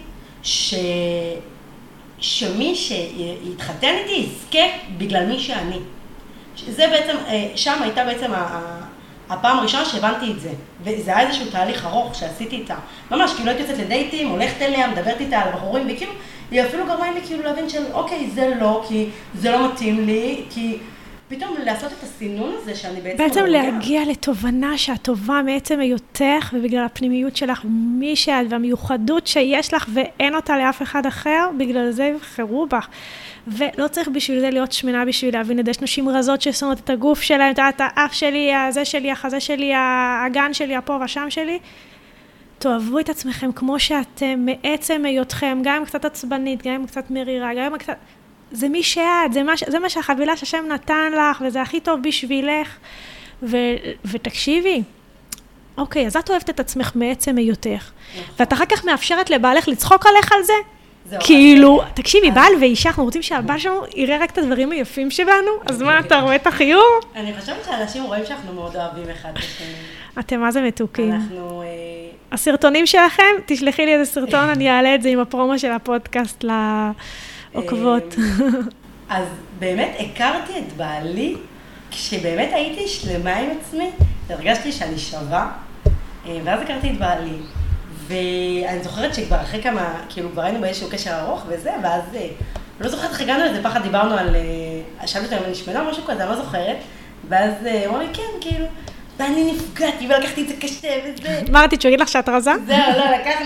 שמי שיתחתן איתי יזכה בגלל מי שאני. זה בעצם, שם הייתה בעצם הפעם הראשונה שהבנתי את זה, וזה היה איזשהו תהליך ארוך שעשיתי איתה. ממש, כאילו הייתי יוצאת לדייטים, הולכת אליה, מדברת איתה על הבחורים, וכאילו, היא אפילו גרמה לי כאילו להבין של, אוקיי, זה לא, כי זה לא מתאים לי, כי פתאום לעשות את הסינון הזה שאני בעצם להגיע לתובנה שהטובה מעצם היותך, ובגלל הפנימיות שלך, מי שאת והמיוחדות שיש לך, ואין אותה לאף אחד אחר, בגלל זה יבחרו בך. ולא צריך בשביל זה להיות שמנה בשביל להבין את זה. יש נשים רזות ששונאות את הגוף שלהם, את האף שלי, הזה שלי, החזה שלי, האגן שלי, הפה והשם שלי. תאהבו את עצמכם כמו שאתם, מעצם היותכם, גם אם קצת עצבנית, גם אם קצת מרירה, גם אם קצת... זה מי שאת, זה מה שהחבילה שהשם נתן לך, וזה הכי טוב בשבילך. ותקשיבי, אוקיי, אז את אוהבת את עצמך מעצם היותך. ואת אחר כך מאפשרת לבעלך לצחוק עליך על זה? כאילו, תקשיבי, בעל ואישה, אנחנו רוצים שהבעל שלנו יראה רק את הדברים היפים שלנו, אז מה, אתה רואה את החיור? אני חושבת שאנשים רואים שאנחנו מאוד אוהבים אחד בשני. אתם מה זה מתוקים. אנחנו... הסרטונים שלכם, תשלחי לי איזה סרטון, אני אעלה את זה עם הפרומו של הפודקאסט לעוקבות. אז באמת הכרתי את בעלי כשבאמת הייתי שלמה עם עצמי, הרגשתי שאני שווה, ואז הכרתי את בעלי. ואני זוכרת שכבר אחרי כמה, כאילו כבר היינו באיזשהו קשר ארוך וזה, ואז לא זוכרת איך הגענו לזה, פחד דיברנו על, שאלתי אותם אם אני שמנה או משהו כזה, אני לא זוכרת, ואז אמרו לי, כן, כאילו, ואני נפגעתי ולקחתי את זה קשה וזה. אמרתי, תגיד לך שאת רזה? זהו, לא,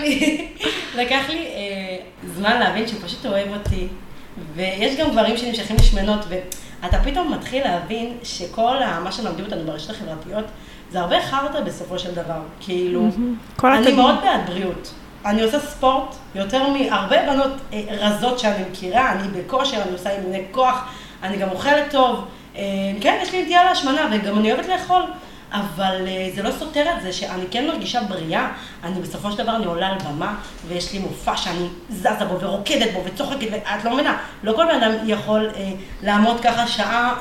לקח לי זמן להבין שהוא פשוט אוהב אותי, ויש גם גברים שנמשכים לשמנות, ואתה פתאום מתחיל להבין שכל מה שמלמדים אותנו ברשתות החברתיות, זה הרבה חרטה בסופו של דבר, כאילו, אני מאוד בעד בריאות. אני עושה ספורט יותר מהרבה בנות רזות שאני מכירה, אני בכושר, אני עושה אימוני כוח, אני גם אוכלת טוב, כן, יש לי נטייה להשמנה וגם אני אוהבת לאכול, אבל זה לא סותר את זה שאני כן מרגישה בריאה, אני בסופו של דבר אני עולה על במה ויש לי מופע שאני זזה בו ורוקדת בו וצוחקת, ואת לא מבינה, לא כל בן אדם יכול לעמוד ככה שעה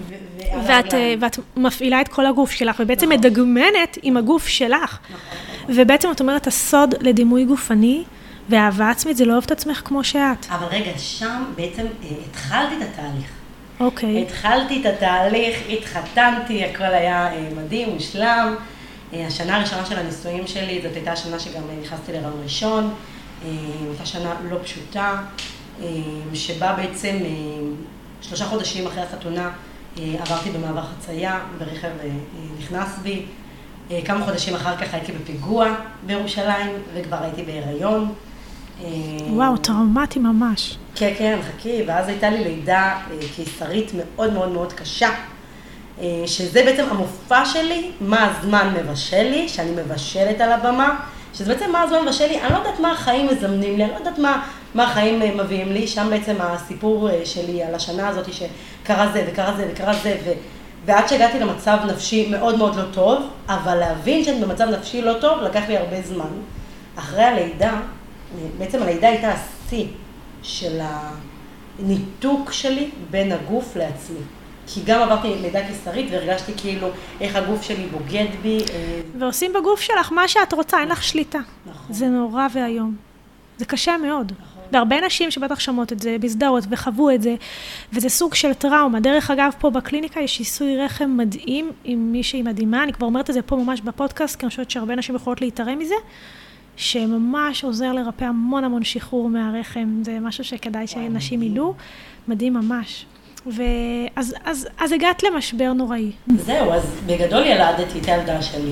ואת מפעילה את כל הגוף שלך ובעצם מדגמנת עם הגוף שלך. ובעצם את אומרת, הסוד לדימוי גופני ואהבה עצמית זה לא אוהב את עצמך כמו שאת. אבל רגע, שם בעצם התחלתי את התהליך. אוקיי. התחלתי את התהליך, התחתנתי, הכל היה מדהים, מושלם. השנה הראשונה של הנישואים שלי, זאת הייתה השנה שגם נכנסתי להיריון ראשון. הייתה שנה לא פשוטה, שבה בעצם 3 חודשים אחרי החתונה עברתי במעבר חצייה, ברכב נכנס בי. כמה חודשים אחר כך הייתי בפיגוע בירושלים, וכבר הייתי בהיריון. וואו, טראומטי ממש. כן, כן, חכי, ואז הייתה לי לידה קיסרית מאוד מאוד מאוד קשה, שזה בעצם המופע שלי, מה הזמן מבשל לי, שאני מבשלת על הבמה, שזה בעצם מה הזמן מבשל לי, אני לא יודעת מה החיים מזמנים לי, אני לא יודעת מה החיים מביאים לי, שם בעצם הסיפור שלי על השנה הזאת שקרה זה וקרה זה וקרה זה, ועד שהגעתי למצב נפשי מאוד מאוד לא טוב, אבל להבין שאני במצב נפשי לא טוב, לקח לי הרבה זמן. אחרי הלידה, בעצם הלידה הייתה השיא של הניתוק שלי בין הגוף לעצמי. כי גם עברתי לידה קיסרית והרגשתי כאילו איך הגוף שלי בוגד בי. ועושים בגוף שלך מה שאת רוצה, אין לך שליטה. נכון. זה נורא והיום. זה קשה מאוד. נכון. והרבה נשים שבטח שמות את זה, בסדרות וחוו את זה, וזה סוג של טראומה. דרך אגב, פה בקליניקה יש עיסוי רחם מדהים עם מישהי מדהימה, אני כבר אומרת את זה פה ממש בפודקאסט, כי אני חושבת שהרבה נשים יכולות להתערם מזה, שממש עוזר לרפא המון המון שחרור מהרחם, זה משהו שכדאי שנשים ידעו, מדהים ממש. אז הגעת למשבר נוראי. זהו, אז בגדול ילדתי את הילדה שלי,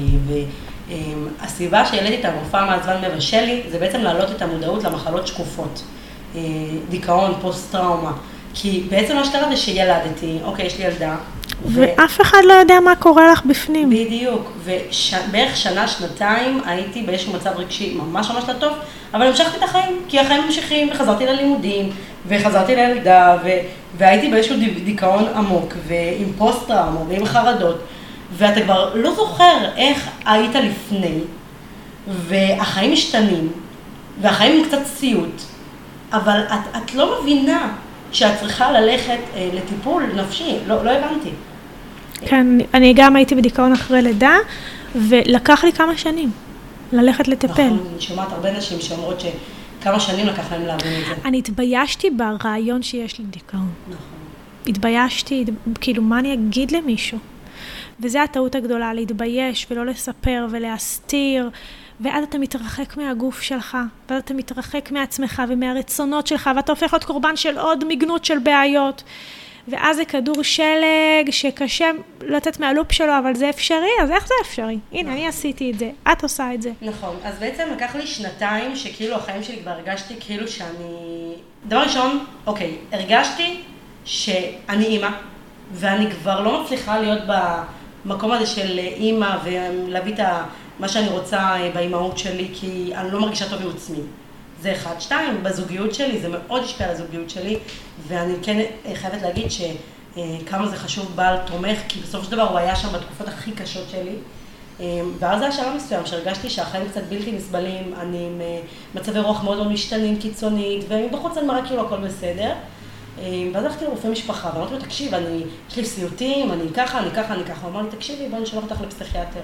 והסיבה שהעליתי את המופע מהזמן מבשל לי, זה בעצם להעלות את המודעות למחלות שקופות, דיכאון, פוסט-טראומה, כי בעצם מה שקרה זה שילדתי, אוקיי, יש לי ילדה, ואף אחד לא יודע מה קורה לך בפנים. בדיוק, ובערך שנה, שנתיים הייתי באיזשהו מצב רגשי ממש ממש לא טוב, אבל המשכתי את החיים, כי החיים ממשיכים, וחזרתי ללימודים, וחזרתי לילדה, והייתי באיזשהו דיכאון עמוק, ועם פוסט-טראומה, ועם חרדות, ואתה כבר לא זוכר איך היית לפני, והחיים משתנים, והחיים הם קצת סיוט, אבל את לא מבינה שאת צריכה ללכת לטיפול נפשי, לא הבנתי. כן, אני גם הייתי בדיכאון אחרי לידה, ולקח לי כמה שנים ללכת לטפל. נכון, אני שומעת הרבה נשים שאומרות שכמה שנים לקח להם להבין את זה. אני התביישתי ברעיון שיש לי דיכאון. נכון. התביישתי, כאילו מה אני אגיד למישהו? וזו הטעות הגדולה, להתבייש ולא לספר ולהסתיר, ואז אתה מתרחק מהגוף שלך, ואז אתה מתרחק מעצמך ומהרצונות שלך, ואתה הופך להיות קורבן של עוד מגנות של בעיות. ואז זה כדור שלג שקשה לצאת מהלופ שלו, אבל זה אפשרי, אז איך זה אפשרי? הנה, אני עשיתי את זה, את עושה את זה. נכון, אז בעצם לקח לי שנתיים שכאילו החיים שלי כבר הרגשתי כאילו שאני... דבר ראשון, אוקיי, הרגשתי שאני אימא, ואני כבר לא מצליחה להיות במקום הזה של אימא ולהביא את מה שאני רוצה באימהות שלי, כי אני לא מרגישה טוב עם עצמי. זה 1. 2, בזוגיות שלי, זה מאוד השפיע על הזוגיות שלי, ואני כן חייבת להגיד שכמה זה חשוב בעל תומך, כי בסופו של דבר הוא היה שם בתקופות הכי קשות שלי, ואז זה היה שלב מסוים שהרגשתי שהחיים קצת בלתי נסבלים, אני עם מצבי רוח מאוד מאוד משתנים קיצונית, ומבחוץ אני מראה כאילו הכל בסדר, ואז הלכתי לרופא משפחה, ואמרתי לו, תקשיב, יש לי סיוטים, אני ככה, הוא אמר לי, תקשיבי, בואי נשלח אותך לפסיכיאטר.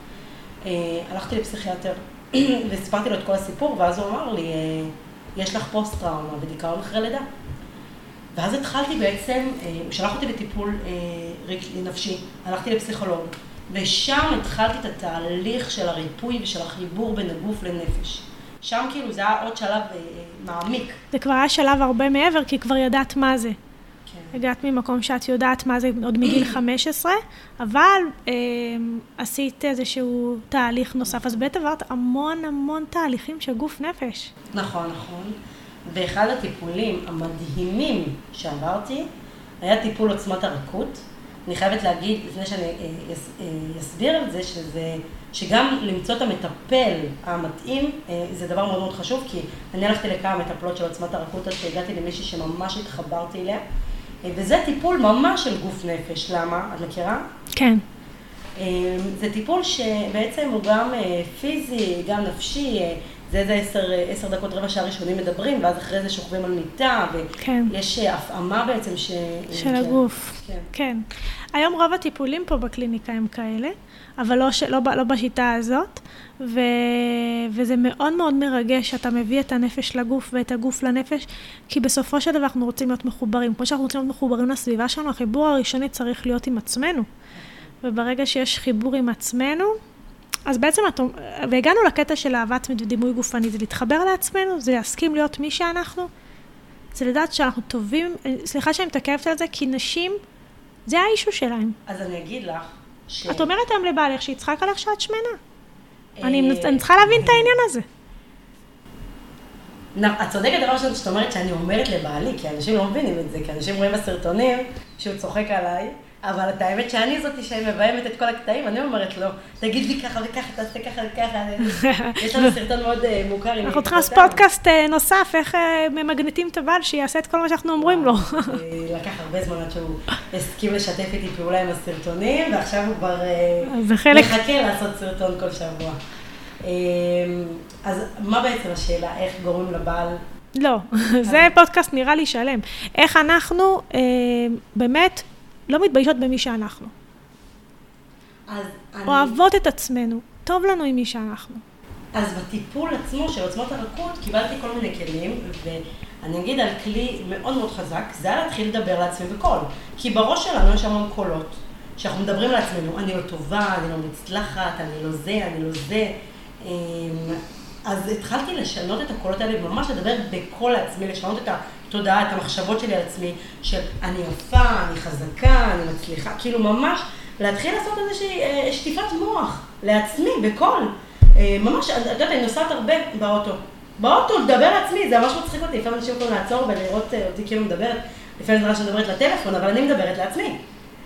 הלכתי לפסיכיאטר, וסיפרתי לו את כל הסיפור, ואז הוא אמר לי, יש לך פוסט-טראומה ודיכאון אחרי לידה. ואז התחלתי בעצם, הוא שלח אותי לטיפול נפשי, הלכתי לפסיכולוג, ושם התחלתי את התהליך של הריפוי ושל החיבור בין הגוף לנפש. שם כאילו זה היה עוד שלב מעמיק. זה כבר היה שלב הרבה מעבר, כי כבר ידעת מה זה. כן. הגעת ממקום שאת יודעת מה זה עוד מגיל 15, אבל עשית איזשהו תהליך נוסף. אז בית עברת המון תהליכים של גוף נפש. נכון. ואחד הטיפולים המדהימים שעברתי, היה טיפול עוצמת הרכות. אני חייבת להגיד, לפני שאני אסביר את זה, שגם למצוא את המטפל המתאים, זה דבר מאוד חשוב, כי אני הלכתי לכמה מטפלות של עוצמת הרכות, אז שהגעתי למישהי שממש התחברתי אליה, וזה טיפול ממש של גוף נפש. למה? את מכירה? כן. זה טיפול שבעצם הוא גם פיזי, גם נפשי, זה 10 דקות, רבע שעה ראשונים מדברים, ואז אחרי זה שוכבים על מיטה, ויש הפעמה בעצם של הגוף. כן. היום רוב הטיפולים פה בקליניקה הם כאלה, אבל לא בשיטה הזאת, וזה מאוד מרגש שאתה מביא את הנפש לגוף ואת הגוף לנפש, כי בסופו של דבר אנחנו רוצים להיות מחוברים. כמו שאנחנו רוצים להיות מחוברים לסביבה שלנו, החיבור הראשוני צריך להיות עם עצמנו. וברגע שיש חיבור עם עצמנו, אז בעצם, והגענו לקטע של אהבת דימוי גופני, זה להתחבר לעצמנו, זה להסכים להיות מי שאנחנו, זה לדעת שאנחנו טובים, סליחה שאני מתעכבת על זה, כי נשים, זה האישו שלהם. אז אני אגיד לך את אומרת היום לבעלך שיצחק עליך שאת שמנה. אני צריכה להבין את העניין הזה. את צודקת דבר שאת אומרת שאני אומרת לבעלי, כי אנשים לא מבינים את זה, כי אנשים רואים בסרטונים שהוא צוחק עליי, אבל את האמת שאני זאתי שמביימת את כל הקטעים, אני אומרת לו, תגיד לי ככה וככה, תעשה ככה וככה. יש לנו סרטון מאוד מוכר. אנחנו צריכים לעשות פודקאסט נוסף, איך ממגנטים את הבעל, שיעשה את כל מה שאנחנו אומרים לו. לקח הרבה זמן עד שהוא הסכים לשתף איתי פעולה עם הסרטונים, ועכשיו הוא כבר מחכה לעשות סרטון כל שבוע. אז מה בעצם השאלה? איך גורמים לבעל? לא, זה פודקאסט נראה לי שלם. איך אנחנו באמת לא מתביישות במי שאנחנו. אוהבות את עצמנו, טוב לנו עם מי שאנחנו. אז בטיפול עצמו של עוצמת הרכות קיבלתי כל מיני כלים, ואני אגיד על כלי מאוד חזק, זה היה להתחיל לדבר לעצמי בקול. כי בראש שלנו יש המון קולות, שאנחנו מדברים לעצמנו, אני לא טובה, אני לא מצלחת, אני לא זה. אז התחלתי לשנות את הקולות האלה, ממש לדבר בקול לעצמי, לשנות את התודעה, את המחשבות שלי על עצמי, של אני יפה, אני חזקה, אני מצליחה, כאילו ממש להתחיל לעשות איזושהי שטיפת מוח לעצמי בקול. ממש, את יודעת, אני נוסעת הרבה באוטו לדבר לעצמי, זה ממש מצחיק אותי, לפעמים אנשים יכולים לעצור ולראות אותי כאילו מדברת, לפעמים זה רע שאני מדברת לטלפון, אבל אני מדברת לעצמי.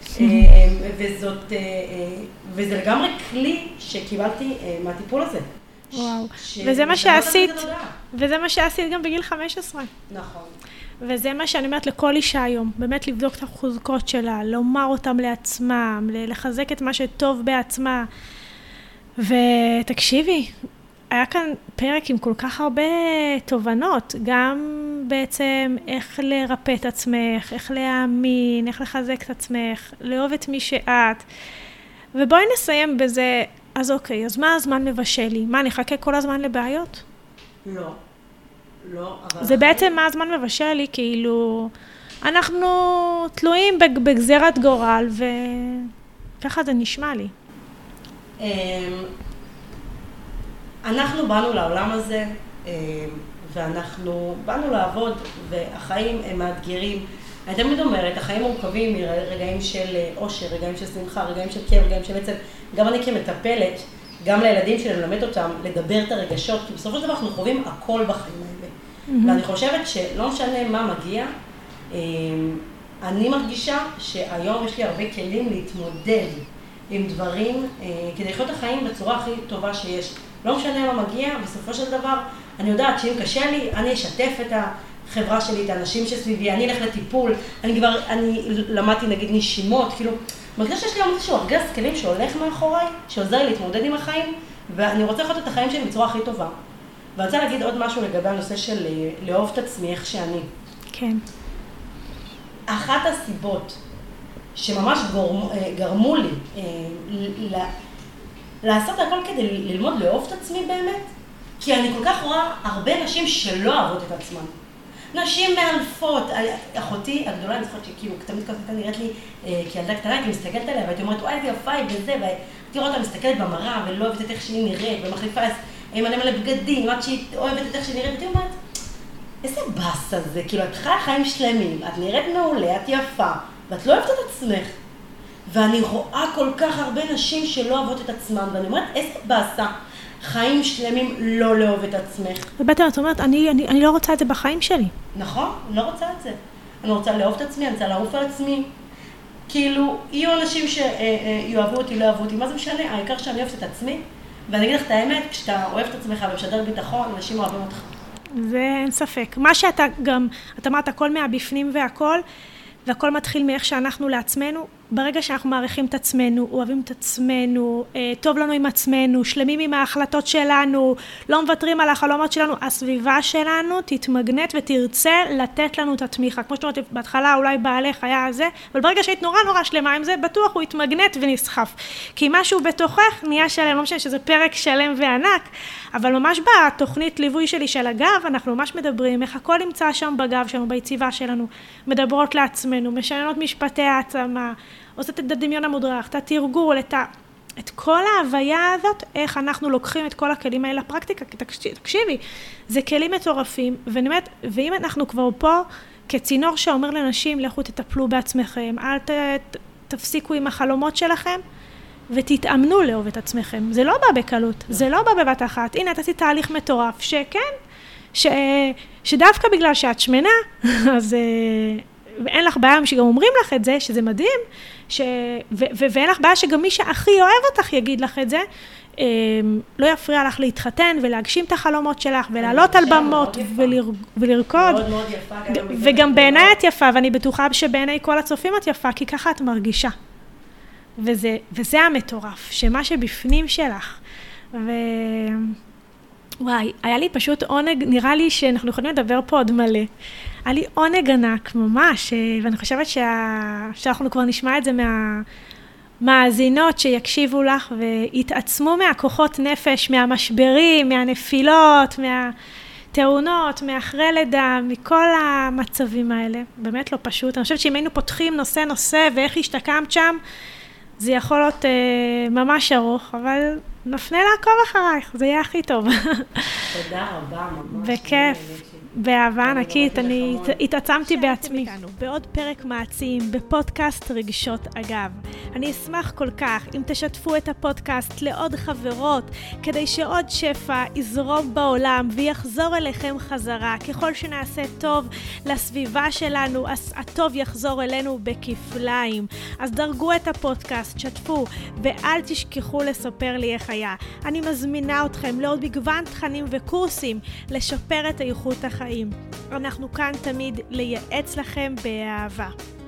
וזה לגמרי כלי שקיבלתי מהטיפול הזה. וואו, וזה מה שעשית גם בגיל 15. נכון. וזה מה שאני אומרת לכל אישה היום, באמת לבדוק את החוזקות שלה, לומר אותם לעצמם, לחזק את מה שטוב בעצמה. ותקשיבי, היה כאן פרק עם כל כך הרבה תובנות, גם בעצם איך לרפא את עצמך, איך להאמין, איך לחזק את עצמך, לאהוב את מי שאת. ובואי נסיים בזה. אז אוקיי, אז מה הזמן מבשל לי? מה, נחכה כל הזמן לבעיות? לא, אבל... זה בעצם מה הזמן מבשל לי, כאילו, אנחנו תלויים בגזירת גורל, וככה זה נשמע לי. אנחנו באנו לעולם הזה, ואנחנו באנו לעבוד, והחיים הם מאתגרים. אני תמיד אומרת, החיים מורכבים מרגעים של אושר, רגעים של שמחה, רגעים של כאב, רגעים של עצב. גם אני כמטפלת, גם לילדים שלי ללמד אותם, לדבר את הרגשות, כי בסופו של דבר אנחנו חווים הכל בחיים האלה. ואני חושבת שלא משנה מה מגיע, אני מרגישה שהיום יש לי הרבה כלים להתמודד עם דברים, כדי לחיות את החיים בצורה הכי טובה שיש. לא משנה מה מגיע, בסופו של דבר, אני יודעת שאם קשה לי, אני אשתף את החברה שלי, את האנשים שסביבי, אני אלך לטיפול, אני למדתי נגיד נשימות, כאילו, מרגישה שיש לי היום איזשהו ארגז כלים שהולך מאחוריי, שעוזר לי להתמודד עם החיים, ואני רוצה לחיות את החיים שלי בצורה הכי טובה. ואני רוצה להגיד עוד משהו לגבי הנושא של לאהוב את עצמי איך שאני. כן. אחת הסיבות שממש גרמו לי לעשות הכל כדי ללמוד לאהוב את עצמי באמת, כי אני כל כך רואה הרבה נשים שלא אוהבות את עצמן. נשים מאלפות. אחותי הגדולה, אני זוכרת שכאילו, תמיד כזאת נראית לי, כילדה קטנה, הייתי מסתכלת עליה, והייתי אומרת, וואי, איזה יפה היא וזה, והייתי רואה אותה מסתכלת במראה, ולא אוהבת את איך שהיא נראית, ומחליפה מלא בגדים, עד שהיא אוהבת את איך שהיא נראית, והייתי אומרת, איזה באסה זה, כאילו, את חיה חיים שלמים, את נראית מעולה, את יפה, ואת לא אוהבת את עצמך. ואני רואה כל כך הרבה נשים שלא אוהבות את עצמן, ואני אומרת, איזה באסה, חיים שלמים לא לאהוב את עצמך. ובטח, את אומרת, אני לא רוצה את זה בחיים שלי. נכון, אני לא רוצה את זה. אני רוצה לאהוב את עצמי, אני רוצה לעוף על עצמי. כאילו, יהיו אנשים שיאהבו אותי, לא אוהבו אותי, מה זה משנה? העיקר שאני אוהבת את עצמי, ואני אגיד לך את האמת, כשאתה אוהב את עצמך ומשדר ביטחון, אנשים אוהבים אותך. זה אין ספק. מה שאתה גם, אתה אמרת, הכל מהבפנים והכל, והכל מתחיל מאיך שאנחנו לעצמנו. ברגע שאנחנו מעריכים את עצמנו, אוהבים את עצמנו, טוב לנו עם עצמנו, שלמים עם ההחלטות שלנו, לא מוותרים על החלומות שלנו, הסביבה שלנו תתמגנט ותרצה לתת לנו את התמיכה. כמו שאתה אומרת, בהתחלה אולי בעלך היה זה, אבל ברגע שהיית נורא שלמה עם זה, בטוח הוא יתמגנט ונסחף. כי משהו בתוכך נהיה שלם, לא משנה שזה פרק שלם וענק, אבל ממש בתוכנית ליווי שלי של הגב, אנחנו ממש מדברים איך הכל נמצא שם בגב שלנו, ביציבה שלנו, מדברות לעצמנו, משנות משפטי העצמה, עושות את הדמיון המודרך, את התרגול, את כל ההוויה הזאת, איך אנחנו לוקחים את כל הכלים האלה לפרקטיקה, כי תקשיבי, זה כלים מטורפים, ואם אנחנו כבר פה, כצינור שאומר לנשים, לכו תטפלו בעצמכם, אל תפסיקו עם החלומות שלכם, ותתאמנו לאהוב את עצמכם. זה לא בא בקלות, זה לא בא בבת אחת. הנה, את עשית תהליך מטורף, שכן, שדווקא בגלל שאת שמנה, אז ואין לך בעיה שגם אומרים לך את זה, שזה מדהים, ואין לך בעיה שגם מי שהכי אוהב אותך יגיד לך את זה, לא יפריע לך להתחתן ולהגשים את החלומות שלך, ולעלות על במות ולרקוד. מאוד מאוד יפה. וגם בעיניי את יפה, ואני בטוחה שבעיניי כל הצופים את יפה, כי ככה את מרגישה. וזה המטורף, שמה שבפנים שלך. וואי, היה לי פשוט עונג, נראה לי שאנחנו יכולים לדבר פה עוד מלא. היה לי עונג ענק ממש, ואני חושבת שאנחנו כבר נשמע את זה מהמאזינות שיקשיבו לך ויתעצמו מהכוחות נפש, מהמשברים, מהנפילות, מהתאונות, מאחרי לידה, מכל המצבים האלה. באמת לא פשוט. אני חושבת שאם היינו פותחים נושא ואיך השתקמת שם, זה יכול להיות ממש ארוך, אבל נפנה לעקוב אחרייך, זה יהיה הכי טוב. תודה רבה, ממש. בכיף, באהבה ענקית, אני התעצמתי בעצמי. בעוד פרק מעצים, בפודקאסט רגשות אגב. אני אשמח כל כך אם תשתפו את הפודקאסט לעוד חברות, כדי שעוד שפע יזרום בעולם ויחזור אליכם חזרה. ככל שנעשה טוב לסביבה שלנו, אז הטוב יחזור אלינו בכפליים. אז דרגו את הפודקאסט, שתפו, ואל תשכחו לספר לי איך היה. אני מזמינה אתכם לעוד מגוון תכנים וקורסים לשפר את איכות החיים. אנחנו כאן תמיד לייעץ לכם באהבה.